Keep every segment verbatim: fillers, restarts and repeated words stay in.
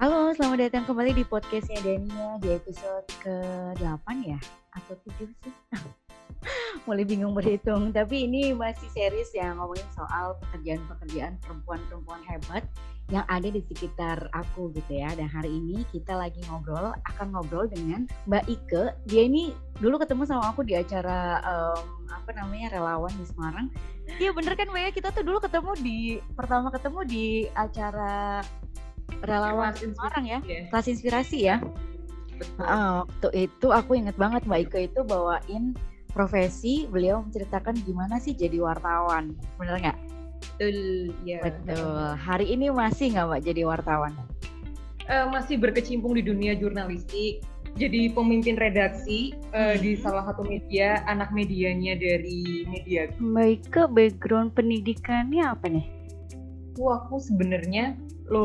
Halo, selamat datang kembali di podcastnya Dania di episode ke delapan ya? Atau tujuh sih? Mulai bingung berhitung, tapi ini masih series yang ngomongin soal pekerjaan-pekerjaan perempuan-perempuan hebat yang ada di sekitar aku gitu ya. Dan hari ini kita lagi ngobrol, akan ngobrol dengan Mbak Ike. Dia ini dulu ketemu sama aku di acara um, apa namanya relawan di Semarang. Iya bener kan Mbak ya, kita tuh dulu ketemu di, pertama ketemu di acara relawan Semarang ya, kelas inspirasi ya. Uh, waktu itu aku inget banget Mbak Ike itu bawain profesi, beliau menceritakan gimana sih jadi wartawan, bener nggak? Betul, ya. Betul. Hari ini masih nggak Mbak jadi wartawan? Uh, masih berkecimpung di dunia jurnalistik, jadi pemimpin redaksi uh, hmm. di salah satu media, anak medianya dari media. Mbak Ike background pendidikannya apa nih? Wah, aku sebenarnya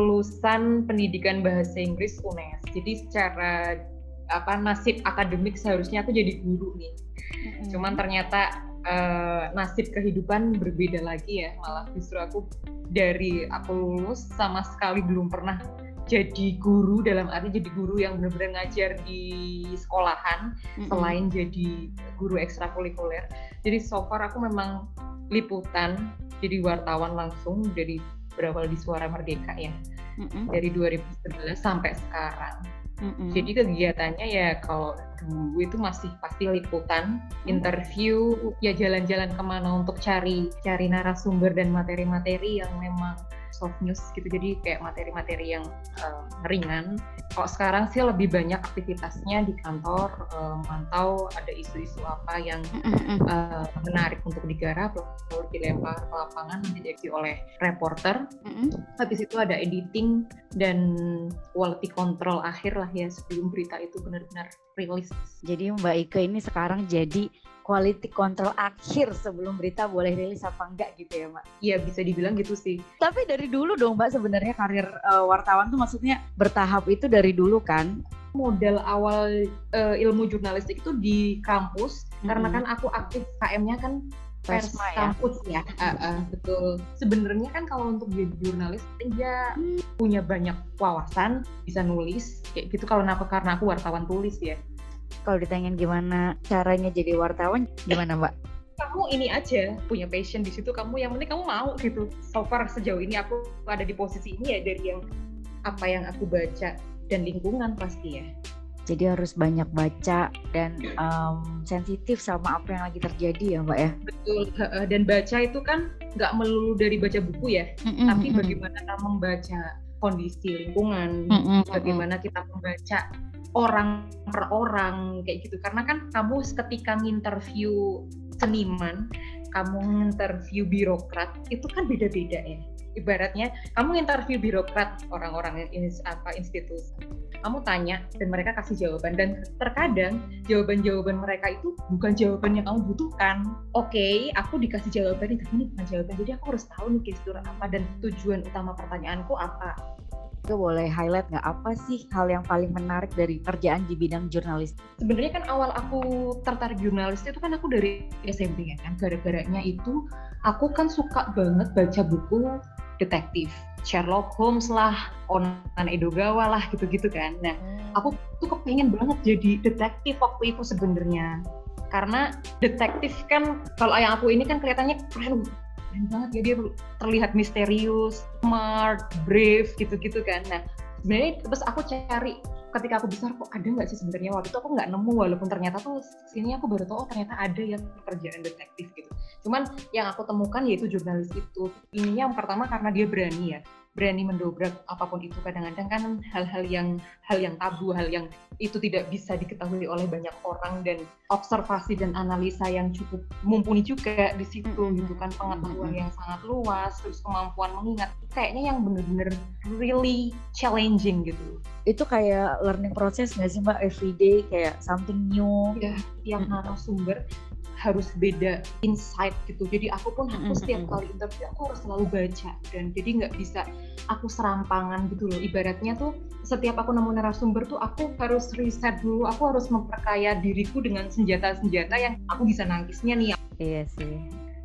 lulusan pendidikan bahasa Inggris U N E S. Jadi secara apa nasib akademik seharusnya aku jadi guru nih. Mm-hmm. Cuman ternyata uh, nasib kehidupan berbeda lagi ya. Malah justru aku dari aku lulus sama sekali belum pernah jadi guru, dalam arti jadi guru yang benar-benar ngajar di sekolahan, mm-hmm. selain jadi guru ekstrakurikuler. Jadi so far aku memang liputan, jadi wartawan langsung dari berawal di Suara Merdeka ya, mm-hmm. dari dua ribu sebelas sampai sekarang. Mm-hmm. Jadi kegiatannya ya kalau dulu itu masih pasti liputan, mm-hmm. interview, ya jalan-jalan kemana untuk cari cari narasumber dan materi-materi yang memang soft news gitu, jadi kayak materi-materi yang uh, ringan. Kalau sekarang sih lebih banyak aktivitasnya di kantor, uh, mantau ada isu-isu apa yang uh, menarik untuk digarap, lalu dilempar ke lapangan, dideteksi oleh reporter. Mm-hmm. Habis itu ada editing dan quality control akhir lah ya sebelum berita itu benar-benar rilis. Jadi Mbak Ike ini sekarang jadi quality control akhir sebelum berita boleh rilis apa enggak gitu ya Mbak? Iya bisa dibilang gitu sih. Tapi dari dulu dong Mbak sebenarnya karir uh, wartawan tuh maksudnya bertahap itu dari dulu kan? Modal awal uh, ilmu jurnalistik itu di kampus, mm-hmm. karena kan aku aktif K M-nya kan pers Persma, kampus ya, ya. Uh, uh, betul. Sebenarnya kan kalau untuk jadi jurnalis dia hmm. punya banyak wawasan, bisa nulis kayak gitu. Kalau kenapa? Karena aku wartawan tulis ya. Kalau ditanyain gimana caranya jadi wartawan, gimana Mbak? Kamu ini aja punya passion di situ, kamu yang penting kamu mau gitu. So far sejauh ini aku ada di posisi ini ya dari yang apa yang aku baca dan lingkungan pasti ya. Jadi harus banyak baca dan um, sensitif sama apa yang lagi terjadi ya Mbak ya? Betul, dan baca itu kan nggak melulu dari baca buku ya, mm-hmm. tapi bagaimana kita membaca kondisi lingkungan, mm-hmm. bagaimana kita membaca orang per orang kayak gitu. Karena kan kamu ketika nginterview seniman, kamu nginterview birokrat, itu kan beda-beda ya. Ibaratnya kamu interview birokrat, orang-orang ini apa institusi, kamu tanya dan mereka kasih jawaban, dan terkadang jawaban-jawaban mereka itu bukan jawaban yang kamu butuhkan. Oke, okay, aku dikasih jawaban tapi ini bukan jawaban, jadi aku harus tahu nih kira-kira apa dan tujuan utama pertanyaanku apa. Itu boleh highlight nggak apa sih hal yang paling menarik dari kerjaan di bidang jurnalis? Sebenarnya kan awal aku tertarik jurnalis itu kan aku dari S M P ya kan, gara-garanya itu aku kan suka banget baca buku detektif, Sherlock Holmes lah, Conan Edogawa lah gitu-gitu kan. Nah, aku tuh kepengen banget jadi detektif waktu itu sebenarnya. Karena detektif kan, kalau yang aku ini kan kelihatannya keren, keren banget ya, dia terlihat misterius, smart, brave gitu-gitu kan. Nah, sebenarnya terus aku cari, ketika aku besar kok ada nggak sih sebenarnya, waktu itu aku nggak nemu, walaupun ternyata tuh sini aku baru tahu oh ternyata ada ya pekerjaan detektif gitu. Cuman yang aku temukan yaitu jurnalis itu. Ini yang pertama karena dia berani ya, berani mendobrak apapun itu. Kadang-kadang kan hal-hal yang hal yang tabu, hal yang itu tidak bisa diketahui oleh banyak orang, dan observasi dan analisa yang cukup mumpuni juga di situ mm-hmm. gitu kan, pengetahuan mm-hmm. yang sangat luas, terus kemampuan mengingat, kayaknya yang benar-benar really challenging gitu. Itu kayak learning process nggak sih Mbak, everyday kayak something new? Ya, tiap mm-hmm. narasumber harus beda insight gitu. Jadi aku pun aku setiap kali interview aku harus selalu baca, dan jadi nggak bisa aku serampangan gitu loh. Ibaratnya tuh setiap aku nemu narasumber tuh aku harus riset dulu, aku harus memperkaya diriku dengan senjata-senjata yang aku bisa nangisnya nih. Iya sih.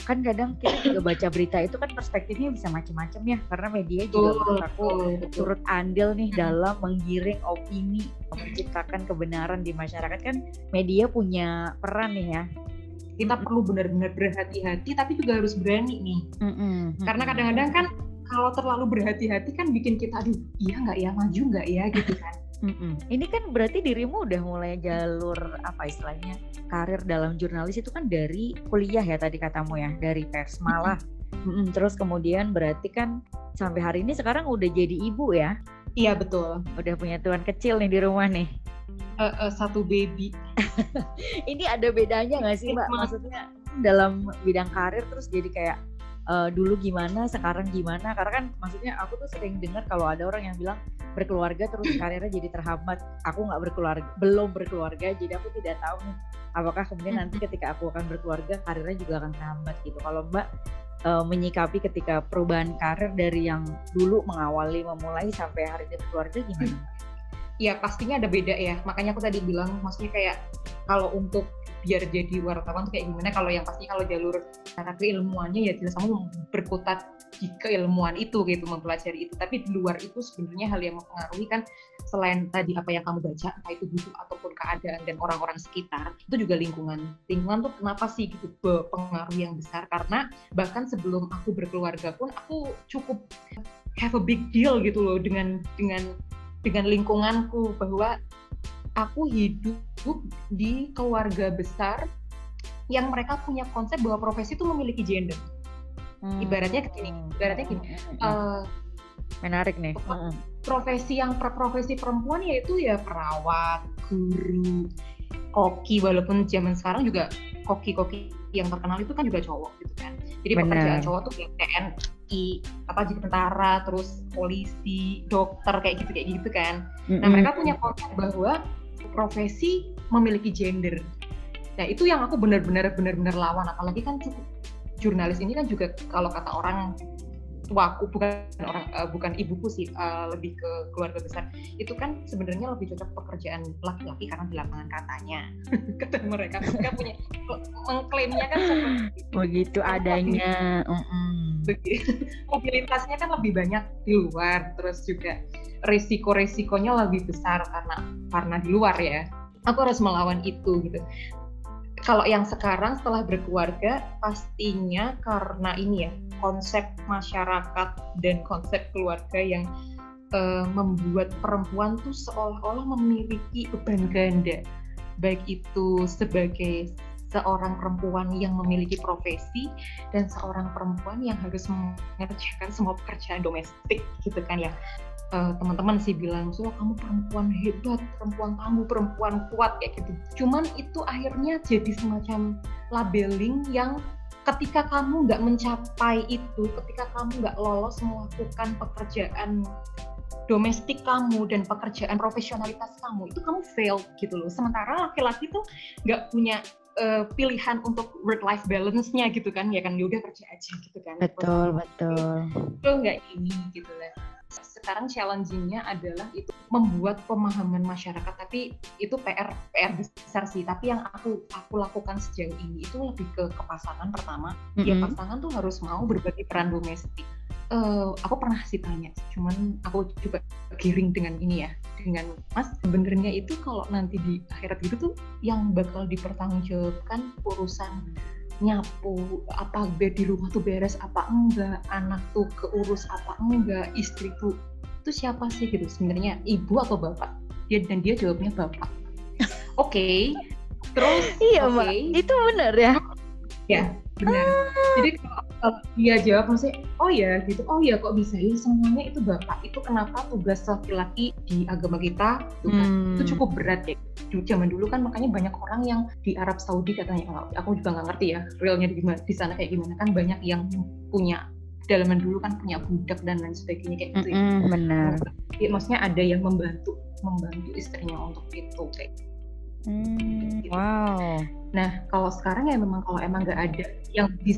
kan kadang kita juga baca berita itu kan perspektifnya bisa macam-macam ya, karena media juga menurut aku turut andil nih dalam menggiring opini, menciptakan kebenaran di masyarakat. Kan media punya peran nih ya. Kita perlu benar-benar berhati-hati, tapi juga harus berani nih. Mm-mm. Karena kadang-kadang kan kalau terlalu berhati-hati kan bikin kita, aduh iya nggak ya, maju nggak ya gitu kan. Mm-mm. Ini kan berarti dirimu udah mulai jalur apa istilahnya karir dalam jurnalis itu kan dari kuliah ya tadi katamu ya, dari Persma lah. Mm-mm. Terus kemudian berarti kan sampai hari ini sekarang udah jadi ibu ya? Iya betul. Udah punya tuan kecil nih di rumah nih. Uh, uh, satu baby. Ini ada bedanya nggak sih Mbak? Maksudnya dalam bidang karir terus jadi kayak uh, dulu gimana, sekarang gimana? Karena kan maksudnya aku tuh sering dengar kalau ada orang yang bilang berkeluarga terus karirnya jadi terhambat. Aku nggak berkeluarga, belum berkeluarga, jadi aku tidak tahu nih apakah kemudian nanti ketika aku akan berkeluarga karirnya juga akan terhambat gitu. Kalau Mbak uh, menyikapi ketika perubahan karir dari yang dulu mengawali memulai sampai hari ini berkeluarga gimana? Ya pastinya ada beda ya, makanya aku tadi bilang maksudnya kayak kalau untuk biar jadi wartawan tuh kayak gimana, kalau yang pasti kalau jalur cara keilmuannya ya jelas kamu berkutat di keilmuan itu gitu, mempelajari itu. Tapi di luar itu sebenarnya hal yang mempengaruhi kan selain tadi apa yang kamu baca, entah itu buku ataupun keadaan dan orang-orang sekitar, itu juga lingkungan. Lingkungan tuh kenapa sih gitu berpengaruh yang besar, karena bahkan sebelum aku berkeluarga pun aku cukup have a big deal gitu loh dengan dengan dengan lingkunganku, bahwa aku hidup di keluarga besar yang mereka punya konsep bahwa profesi itu memiliki gender. Hmm. Ibaratnya gini, ibaratnya gini. Hmm. Uh, Menarik nih. Profesi yang profesi perempuan yaitu ya perawat, guru, koki. Walaupun zaman sekarang juga koki-koki yang terkenal itu kan juga cowok gitu kan. Jadi Bener. Pekerjaan cowok tuh kayak T N I, apa jadi tentara, terus polisi, dokter kayak gitu kayak gitu kan. Mm-hmm. Nah mereka punya konsep bahwa profesi memiliki gender. Nah itu yang aku benar-benar benar-benar lawan. Apalagi kan cukup jurnalis ini kan juga kalau kata orang tuaku, bukan orang uh, bukan ibuku sih, uh, lebih ke keluarga besar, itu kan sebenarnya lebih cocok pekerjaan laki-laki karena di lapangan katanya. Kata mereka, mereka punya mengklaimnya kan seperti begitu adanya. Begitu. Mobilitasnya kan lebih banyak di luar, terus juga risiko-risikonya lebih besar karena karena di luar ya. Aku harus melawan itu gitu. Kalau yang sekarang setelah berkeluarga pastinya karena ini ya, konsep masyarakat dan konsep keluarga yang uh, membuat perempuan tuh seolah-olah memiliki beban ganda, baik itu sebagai seorang perempuan yang memiliki profesi dan seorang perempuan yang harus mengerjakan semua pekerjaan domestik gitu kan ya. Uh, teman-teman sih bilang, so kamu perempuan hebat, perempuan kamu perempuan kuat kayak gitu. Cuman itu akhirnya jadi semacam labeling yang ketika kamu nggak mencapai itu, ketika kamu nggak lolos melakukan pekerjaan domestik kamu dan pekerjaan profesionalitas kamu, itu kamu fail gitu loh. Sementara laki-laki tuh nggak punya uh, pilihan untuk work-life balance-nya gitu kan, ya kan dia udah kerja aja gitu kan. Betul, betul. Itu nggak ini gitu lah. Sekarang challenging-nya adalah itu membuat pemahaman masyarakat, tapi itu P R P R besar sih. Tapi yang aku aku lakukan sejauh ini itu lebih ke ke pasangan pertama. Mm-hmm. Ya pasangan tuh harus mau berbagi peran domestik. Uh, aku pernah sih tanya, cuman aku juga giring dengan ini ya, dengan Mas sebenarnya itu kalau nanti di akhirat itu tuh yang bakal dipertanggungjawabkan urusan nyapu apa di rumah tuh beres apa enggak, anak tuh keurus apa enggak, istri tuh itu siapa sih gitu sebenarnya, ibu atau bapak? Dia dan dia jawabnya bapak. Oke, okay. Terus iya okay. Mbak, itu benar ya? Ya benar. Ah. Jadi kalau dia jawab maksudnya, oh ya gitu, oh ya kok bisa ya semuanya itu bapak. Itu kenapa tugas laki-laki di agama kita itu, hmm. itu cukup berat ya. Zaman dulu kan makanya banyak orang yang di Arab Saudi katanya, aku juga nggak ngerti ya realnya di, di sana kayak gimana, kan banyak yang punya dalaman dulu kan punya budak dan lain sebagainya kayak gitu mm-hmm, ya. Benar. Ya, maksudnya ada yang membantu membantu istrinya untuk itu kayak. Hmm, wow. Nah kalau sekarang ya memang kalau emang nggak ada yang bisa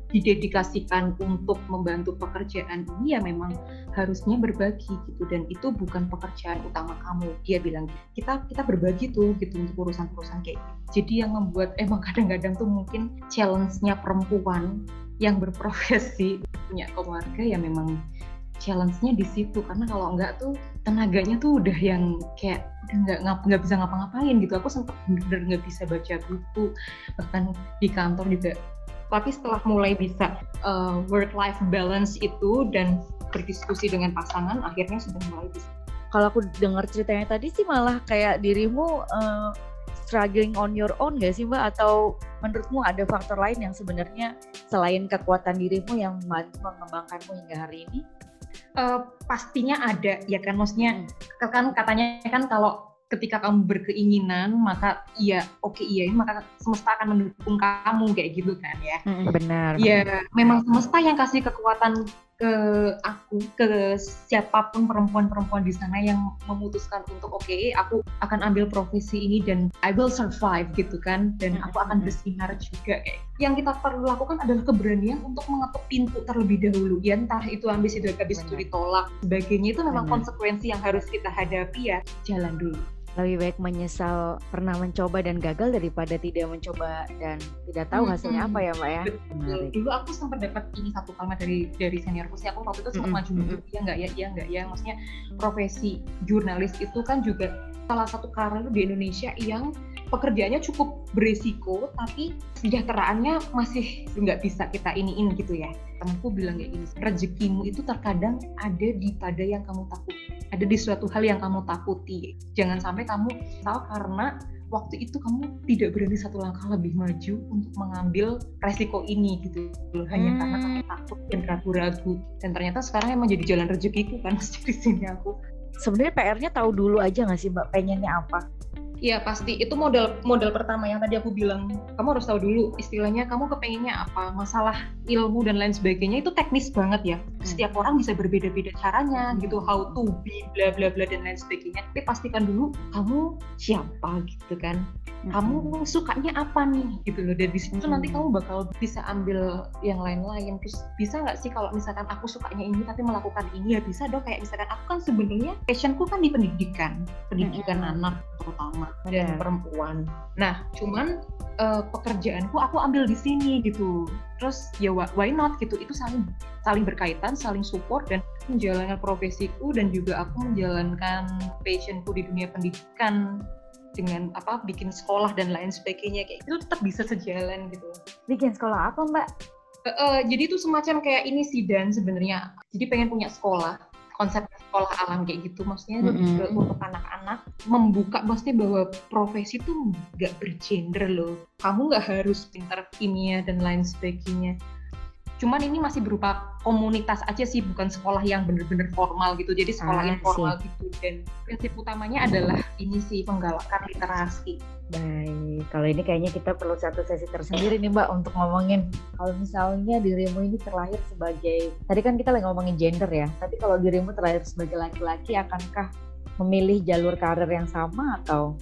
didedikasikan untuk membantu pekerjaan ini ya memang harusnya berbagi gitu, dan itu bukan pekerjaan utama kamu. Dia bilang kita kita berbagi tuh gitu untuk urusan-urusan kayak gitu. Jadi yang membuat emang kadang-kadang tuh mungkin challenge-nya perempuan yang berprofesi punya keluarga ya memang challenge-nya di situ, karena kalau enggak tuh tenaganya tuh udah yang kayak udah nggak ngap nggak bisa ngapa-ngapain gitu. Aku sempat bener-bener nggak bisa baca buku, bahkan di kantor juga. Tapi setelah mulai bisa uh, work-life balance itu dan berdiskusi dengan pasangan, akhirnya sudah mulai bisa. Kalau aku dengar ceritanya tadi sih malah kayak dirimu uh, struggling on your own gak sih Mbak? Atau menurutmu ada faktor lain yang sebenarnya selain kekuatan dirimu yang membantu mengembangkanmu hingga hari ini? Uh, pastinya ada ya kan, maksudnya hmm. kan katanya kan kalau ketika kamu berkeinginan maka iya oke okay, iya maka semesta akan mendukung kamu kayak gitu kan ya. Hmm, benar. Ya memang semesta yang kasih kekuatan ke aku, ke siapapun perempuan-perempuan di sana yang memutuskan untuk oke okay, aku akan ambil profesi ini dan I will survive gitu kan, dan aku akan bersinar juga. Kayak yang kita perlu lakukan adalah keberanian untuk mengetuk pintu terlebih dahulu ya, entah itu habis itu habis itu ditolak sebagainya, itu memang benar. Konsekuensi yang harus kita hadapi ya, jalan dulu. Lebih baik menyesal pernah mencoba dan gagal daripada tidak mencoba dan tidak tahu hasilnya hmm, apa ya Mbak ya. Betul. Dulu aku sempat dapat ini satu kalimat dari dari seniorku sih, aku waktu itu sempat maju mundur, iya nggak ya, iya nggak ya, maksudnya profesi jurnalis itu kan juga salah satu karir di Indonesia yang pekerjaannya cukup berisiko tapi sejahteraannya masih nggak bisa kita iniin gitu ya. Temanku bilang kayak gini, rezekimu itu terkadang ada di pada yang kamu takuti, ada di suatu hal yang kamu takuti. Jangan sampai kamu salah karena waktu itu kamu tidak berani satu langkah lebih maju untuk mengambil resiko ini gitu loh, hanya hmm. karena kamu takut dan ragu-ragu. Dan ternyata sekarang emang jadi jalan rezekiku kan di sini aku. Sebenarnya P R-nya tahu dulu aja nggak sih Mbak pengennya apa? Iya pasti, itu modal modal pertama yang tadi aku bilang, kamu harus tahu dulu istilahnya kamu kepengennya apa, masalah ilmu dan lain sebagainya itu teknis banget ya. Setiap orang bisa berbeda-beda caranya gitu, how to be bla bla bla dan lain sebagainya. Tapi pastikan dulu kamu siapa gitu kan, kamu sukanya apa nih gitu loh. Dan di situ hmm. nanti kamu bakal bisa ambil yang lain-lain. Terus bisa nggak sih kalau misalkan aku sukanya ini tapi melakukan ini, ya bisa dong. Kayak misalkan aku kan sebenarnya passionku kan di pendidikan, pendidikan hmm. anak terutama dan perempuan. Nah, cuman uh, pekerjaanku aku ambil di sini gitu. Terus ya why not gitu? Itu saling saling berkaitan, saling support, dan menjalankan profesiku dan juga aku menjalankan passionku di dunia pendidikan dengan apa bikin sekolah dan lain sebagainya, kayak itu tetap bisa sejalan gitu. Bikin sekolah apa Mbak? Uh, uh, jadi itu semacam kayak ini sih Dan sebenarnya. Jadi pengen punya sekolah, konsep sekolah alam kayak gitu, maksudnya mm-hmm. untuk anak-anak membuka maksudnya bahwa profesi itu nggak bergender loh, kamu nggak harus pintar kimia dan lain sebagainya. Cuman ini masih berupa komunitas aja sih, bukan sekolah yang benar-benar formal gitu, jadi sekolah ah, informal sih. Gitu. Dan prinsip utamanya adalah ini sih, menggalakkan literasi. Baik, kalau ini kayaknya kita perlu satu sesi tersendiri nih Mbak untuk ngomongin kalau misalnya dirimu ini terlahir sebagai, tadi kan kita lagi ngomongin gender ya, tapi kalau dirimu terlahir sebagai laki-laki, akankah memilih jalur karir yang sama atau?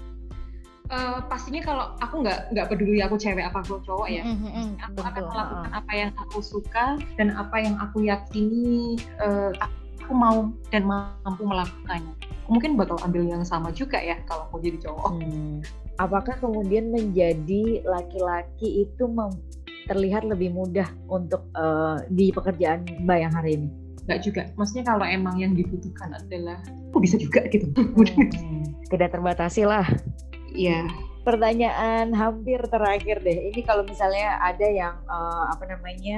Uh, pastinya kalau aku nggak nggak peduli aku cewek apa aku cowok ya, mm-hmm, aku betul. akan melakukan apa yang aku suka dan apa yang aku yakini uh, aku mau dan mampu melakukannya. Mungkin bakal ambil yang sama juga ya kalau aku jadi cowok. Hmm. Apakah kemudian menjadi laki-laki itu mem- terlihat lebih mudah untuk uh, di pekerjaan Mbak yang hari ini? Nggak juga, maksudnya kalau emang yang dibutuhkan adalah aku bisa juga gitu. Hmm. Tidak terbatasi lah. Iya. Pertanyaan hampir terakhir deh. Ini kalau misalnya ada yang uh, apa namanya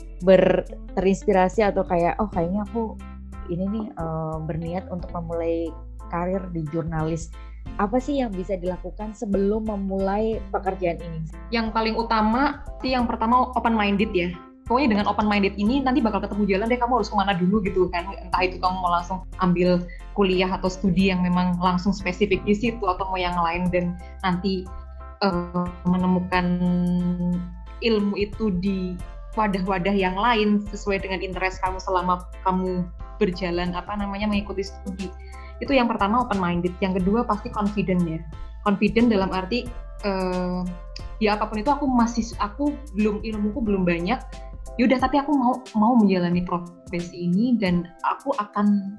ber terinspirasi atau kayak oh kayaknya aku ini nih uh, berniat untuk memulai karir di jurnalis. Apa sih yang bisa dilakukan sebelum memulai pekerjaan ini? Yang paling utama sih yang pertama open minded ya. Pokoknya dengan open minded ini nanti bakal ketemu jalan deh, kamu harus kemana dulu gitu kan. Entah itu kamu mau langsung ambil kuliah atau studi yang memang langsung spesifik di situ atau mau yang lain, dan nanti uh, menemukan ilmu itu di wadah-wadah yang lain sesuai dengan interest kamu selama kamu berjalan apa namanya mengikuti studi. Itu yang pertama open minded. Yang kedua pasti confident ya. Confident dalam arti uh, ya apapun itu aku masih aku belum ilmuku belum banyak. yaudah tapi aku mau mau menjalani profesi ini dan aku akan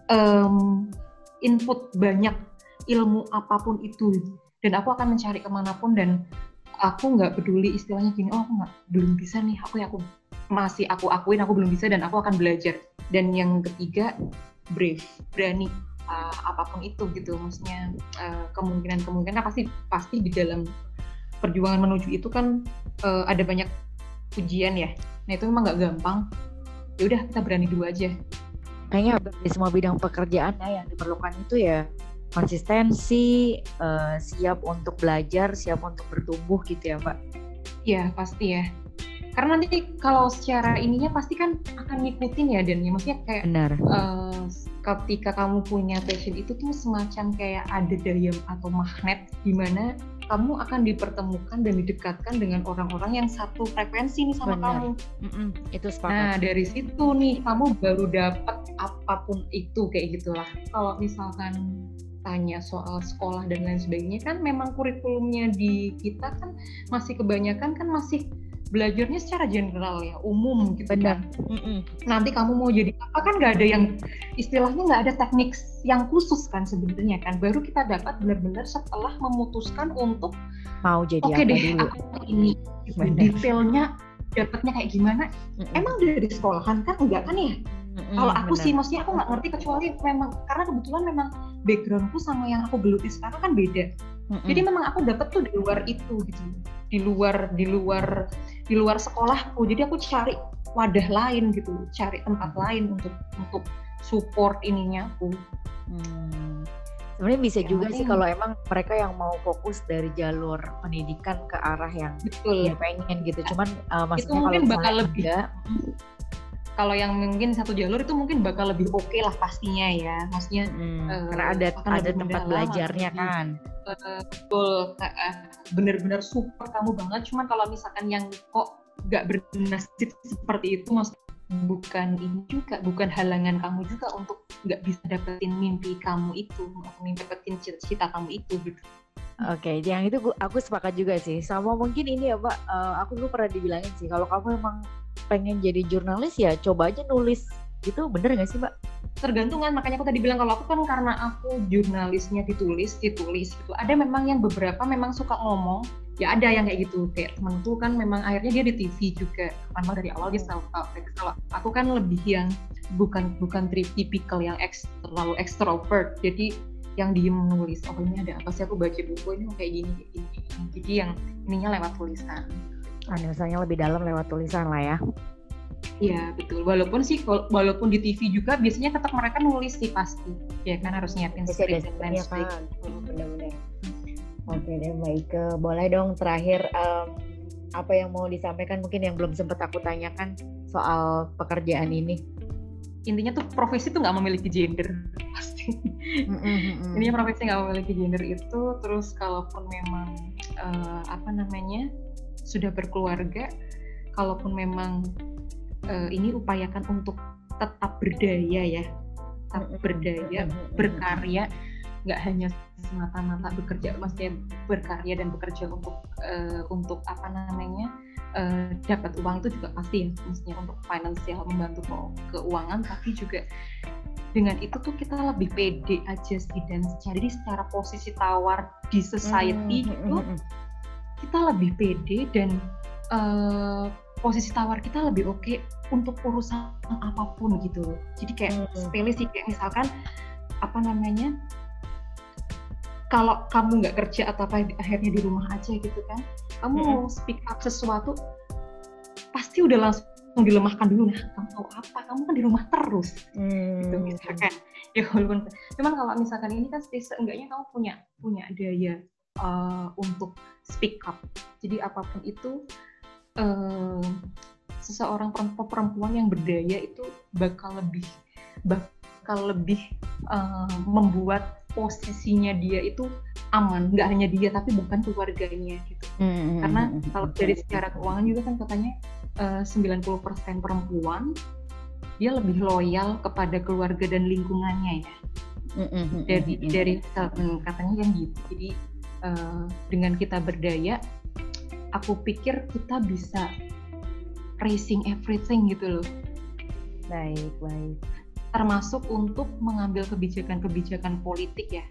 um, input banyak ilmu apapun itu dan aku akan mencari kemanapun dan aku nggak peduli istilahnya gini, oh aku nggak belum bisa nih, aku aku masih aku akuin aku belum bisa dan aku akan belajar. Dan yang ketiga, brave, berani uh, apapun itu gitu, maksudnya uh, kemungkinan-kemungkinan pasti pasti di dalam perjuangan menuju itu kan uh, ada banyak ujian ya, nah itu memang nggak gampang. Ya udah kita berani dulu aja. Kayaknya di semua bidang pekerjaan ya yang diperlukan itu ya konsistensi, uh, siap untuk belajar, siap untuk bertumbuh gitu ya Mbak? Iya pasti ya. Karena nanti kalau secara ininya pasti kan akan ngikutin ya dan ya maksudnya kayak uh, ketika kamu punya passion itu tuh semacam kayak ada daya atau magnet di mana kamu akan dipertemukan dan didekatkan dengan orang-orang yang satu frekuensi nih sama Bener. kamu. Mm-mm, itu sepakat. Nah dari situ nih kamu baru dapat apapun itu kayak gitulah. Kalau misalkan tanya soal sekolah dan lain sebagainya kan memang kurikulumnya di kita kan masih kebanyakan kan masih belajarnya secara general ya, umum gitu. Benar. Kan. Nanti kamu mau jadi apa kan nggak ada yang istilahnya nggak ada teknik yang khusus kan sebenarnya kan. Baru kita dapat benar-benar setelah memutuskan untuk mau jadi oke apa deh, dulu. Aku ini Benar. Detailnya dapatnya kayak gimana? Mm-mm. Emang dari sekolahan kan enggak kan ya? Mm-mm, Kalau aku benar. Sih maksudnya aku nggak ngerti kecuali memang karena kebetulan memang backgroundku sama yang aku geluti sekarang kan beda. Mm-mm. Jadi memang aku dapat tuh di luar itu gitu, di luar di luar di luar sekolahku. Jadi aku cari wadah lain gitu, cari tempat lain untuk untuk support ininya aku. Hmm. Sebenarnya bisa ya, juga sih kalau emang mereka yang mau fokus dari jalur pendidikan ke arah yang dia pengen gitu. Cuman uh, maksudnya itu mungkin kalau bakal lebih. Enggak, kalau yang mungkin satu jalur itu mungkin bakal lebih oke okay lah pastinya ya, maksudnya hmm, uh, karena ada ada tempat belajarnya kan. Uh, betul, uh, bener-bener support kamu banget. Cuman kalau misalkan yang kok nggak bernasib seperti itu, maksudnya bukan ini juga, bukan halangan kamu juga untuk nggak bisa dapetin mimpi kamu itu, atau dapetin cita-cita kamu itu gitu. Oke, okay, yang itu aku sepakat juga sih. Sama mungkin ini ya Mbak, uh, aku dulu pernah dibilangin sih, kalau kamu emang pengen jadi jurnalis ya coba aja nulis gitu, bener nggak sih Mbak? Tergantungan, makanya aku tadi bilang kalau aku kan karena aku jurnalisnya ditulis, ditulis gitu. Ada memang yang beberapa memang suka ngomong, ya ada yang kayak gitu, kayak temanku kan memang akhirnya dia di T V juga, kan dari awal dia selalu tahu. Kalau aku kan lebih yang bukan bukan tipikal yang eks, terlalu extrovert, jadi yang diem nulis, oh ini ada apa sih, aku baca buku ini kayak gini, kayak gini, kayak gini. Jadi yang ininya lewat tulisan. Analisanya lebih dalam lewat tulisan lah ya. Iya betul, walaupun sih walaupun di T V juga biasanya tetap mereka nulis sih pasti, ya kan harus nyiapin skrip dan lain sebagainya. Hmm, benar-benar. Oke deh baik, boleh dong terakhir um, apa yang mau disampaikan mungkin yang belum sempat aku tanyakan soal pekerjaan ini. Intinya tuh profesi tuh nggak memiliki gender pasti. Mm-hmm. Intinya profesi nggak memiliki gender itu. Terus kalaupun memang uh, apa namanya sudah berkeluarga, kalaupun memang uh, ini upayakan untuk tetap berdaya ya, tetap mm-hmm. berdaya, mm-hmm. berkarya, nggak hanya semata-mata bekerja, maksudnya berkarya dan bekerja untuk uh, untuk apa namanya Uh, dapat uang itu juga pasti ya, maksudnya untuk finansial membantu keuangan, tapi juga dengan itu tuh kita lebih pede aja sih, dan jadi secara posisi tawar di society mm-hmm. itu kita lebih pede dan uh, posisi tawar kita lebih oke okay untuk urusan apapun gitu. Jadi kayak mm-hmm. sepele sih, kayak misalkan apa namanya kalau kamu nggak kerja atau apa akhirnya di rumah aja gitu kan, kamu mm-hmm. mau speak up sesuatu pasti udah langsung dilemahkan dulu. Nah kamu tahu apa, kamu kan di rumah terus mm-hmm. gitu misalkan ya. Walaupun cuman kalau misalkan ini kan seenggaknya kamu punya punya daya uh, untuk speak up. Jadi apapun itu uh, seseorang perempuan yang berdaya itu bakal lebih bakal lebih uh, membuat posisinya dia itu aman, nggak hanya dia tapi bukan keluarganya gitu. Mm-hmm. Karena kalau dari secara keuangan juga kan katanya uh, sembilan puluh persen perempuan dia lebih loyal kepada keluarga dan lingkungannya ya. Mm-hmm. Dari dari katanya kan gitu. Jadi uh, dengan kita berdaya, aku pikir kita bisa raising everything gitu loh. Baik, baik. Termasuk untuk mengambil kebijakan-kebijakan politik ya.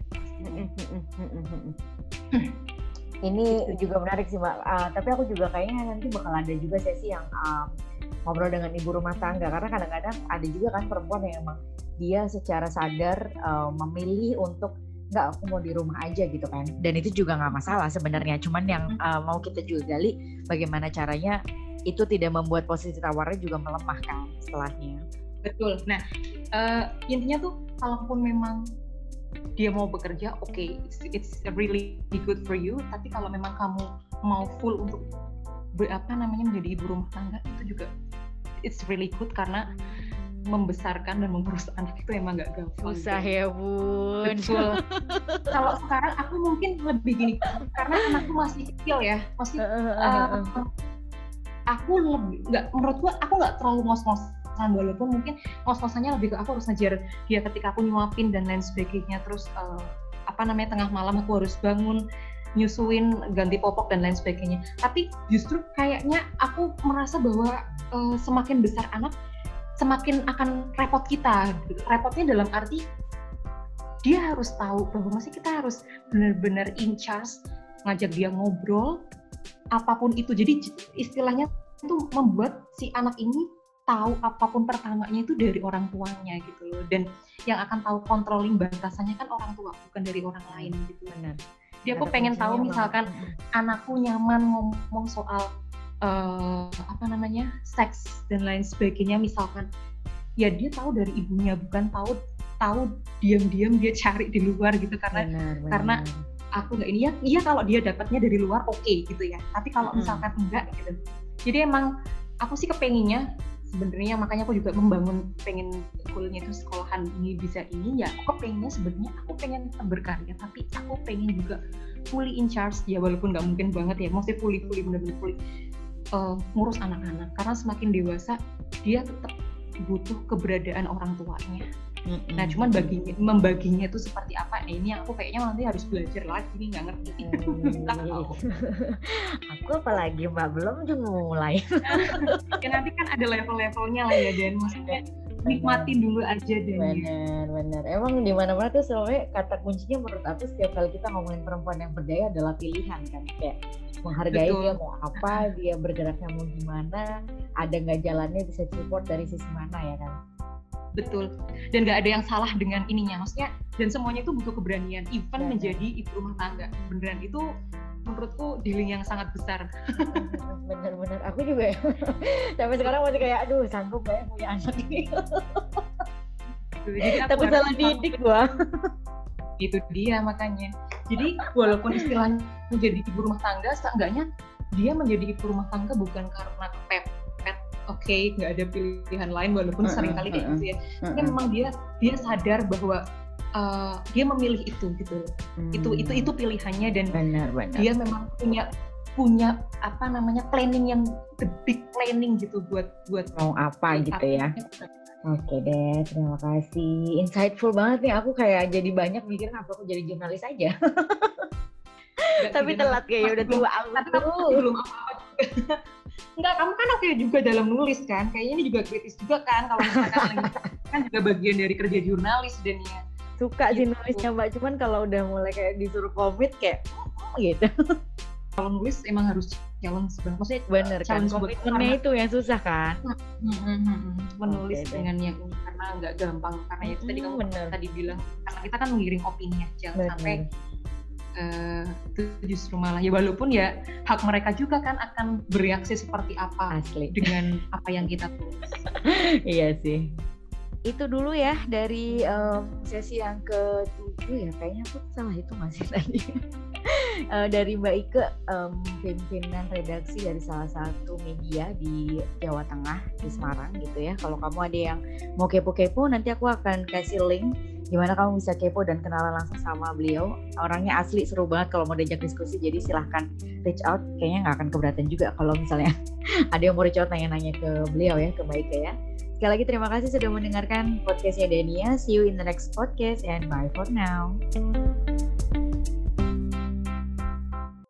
Ini juga menarik sih Mbak, uh, tapi aku juga kayaknya nanti bakal ada juga sesi yang um, ngobrol dengan ibu rumah tangga, karena kadang-kadang ada juga kan perempuan yang emang dia secara sadar uh, memilih untuk nggak, aku mau di rumah aja gitu kan, dan itu juga nggak masalah sebenarnya, cuman yang uh, mau kita juga gali bagaimana caranya itu tidak membuat posisi tawarnya juga melemah kan setelahnya. Betul. Nah uh, intinya tuh kalaupun memang dia mau bekerja, oke, okay, it's, it's really good for you. Tapi kalau memang kamu mau full untuk ber, apa namanya menjadi ibu rumah tangga, itu juga it's really good, karena membesarkan dan mengurus anak itu emang nggak gampang. Susah ya Bun. Betul. Kalau sekarang aku mungkin lebih gini, karena anakku masih kecil ya, masih. Uh, aku lebih nggak, menurutku aku nggak terlalu ngos-ngos. Walaupun mungkin ngos-ngosannya lebih ke aku harus ngejar dia ketika aku nyuapin dan lain sebagainya, terus uh, apa namanya tengah malam aku harus bangun nyusuin, ganti popok dan lain sebagainya. Tapi justru kayaknya aku merasa bahwa uh, semakin besar anak semakin akan repot kita. Repotnya dalam arti dia harus tahu bahwa masih kita harus benar-benar in charge, ngajak dia ngobrol apapun itu. Jadi istilahnya itu membuat si anak ini tahu apapun pertamanya itu dari orang tuanya gitu loh, dan yang akan tahu controlling batasannya kan orang tua, bukan dari orang lain gitu. Benar. Dia aku pengen tahu misalkan hmm. anakku nyaman ngomong soal uh, apa namanya seks dan lain sebagainya, misalkan ya dia tahu dari ibunya, bukan tahu tahu diam-diam dia cari di luar gitu, karena benar, benar. Karena aku nggak ini ya, iya kalau dia dapatnya dari luar oke okay, gitu ya, tapi kalau hmm. misalkan enggak gitu. Jadi emang aku sih kepenginnya sebenarnya, makanya aku juga membangun pengen goalnya itu sekolahan ini bisa ini ya, aku pengennya sebenarnya aku pengen berkarya, tapi aku pengen juga fully in charge ya, walaupun nggak mungkin banget ya, maksudnya fully fully benar-benar fully uh, ngurus anak-anak, karena semakin dewasa dia tetap butuh keberadaan orang tuanya. Mm-hmm. Nah, cuman baginya, membaginya itu seperti apa? Nah, ini aku kayaknya nanti harus belajar lagi nih, nggak ngerti. Mm-hmm. Aku apalagi Mbak, belum juga mulai. Ya nanti kan ada level-levelnya lah ya, dan maksudnya nikmatin dulu aja dan. Benar, benar. Emang di mana-mana tuh soalnya kata kuncinya menurut aku setiap kali kita ngomongin perempuan yang berdaya adalah pilihan kan, kayak menghargai. Betul. Dia mau apa, dia bergeraknya mau gimana, ada nggak jalannya bisa support dari sisi mana ya kan. Betul, dan nggak ada yang salah dengan ininya, maksudnya, dan semuanya itu butuh keberanian, even benar. Menjadi ibu rumah tangga, beneran itu menurutku dealing yang sangat besar. Bener-bener, aku juga ya, sampai sekarang masih kayak, aduh sanggup gak ya punya anak ini. Jadi tapi salah didik gua. Itu dia makanya, jadi walaupun istilahnya menjadi ibu rumah tangga, seenggaknya dia menjadi ibu rumah tangga bukan karena kepepet, oke, okay, nggak ada pilihan lain, walaupun uh, sering kali kayak uh, gitu ya. Uh, Tapi uh, memang dia dia sadar bahwa uh, dia memilih itu gitu. Hmm. Itu itu itu pilihannya, dan benar, benar. Dia memang punya punya apa namanya planning yang the big planning gitu buat buat mau apa gitu ya. Oke deh, terima kasih. Insightful banget nih. Aku kayak jadi banyak mikir apa aku jadi jurnalis aja. Tapi telat kayaknya udah tua aku. Tapi kamu belum apa-apa. Enggak, kamu kan oke juga dalam nulis kan, kayaknya ini juga kritis juga kan, kalau misalkan lagi kan juga bagian dari kerja jurnalis dan ya suka gitu. Sih nulisnya Mbak, cuman kalau udah mulai kayak disuruh komit kayak oh, gitu. Kalau nulis emang harus challenge banget, maksudnya bener kan, komitmennya itu yang susah kan. Menulis okay, dengan yang ini karena nggak gampang, karena itu tadi kamu bener. Tadi bilang karena kita kan mengiring opini ya, jangan bener. Sampai Uh, itu justru malah ya, walaupun ya hak mereka juga kan akan bereaksi seperti apa. Asli. Dengan apa yang kita tulis. Iya sih. Itu dulu ya dari um, sesi yang ketujuh ya, kayaknya aku salah itu masih tadi. uh, dari Mbak Ike, um, pimpinan redaksi dari salah satu media di Jawa Tengah di Semarang gitu ya. Kalau kamu ada yang mau kepo-kepo, nanti aku akan kasih link gimana kamu bisa kepo dan kenalan langsung sama beliau. Orangnya asli seru banget kalau mau diajak diskusi, jadi silahkan reach out. Kayaknya nggak akan keberatan juga kalau misalnya ada yang mau reach out nanya-nanya ke beliau ya, ke Mbak Ike ya. Sekali lagi terima kasih sudah mendengarkan podcastnya Dania. See you in the next podcast and bye for now.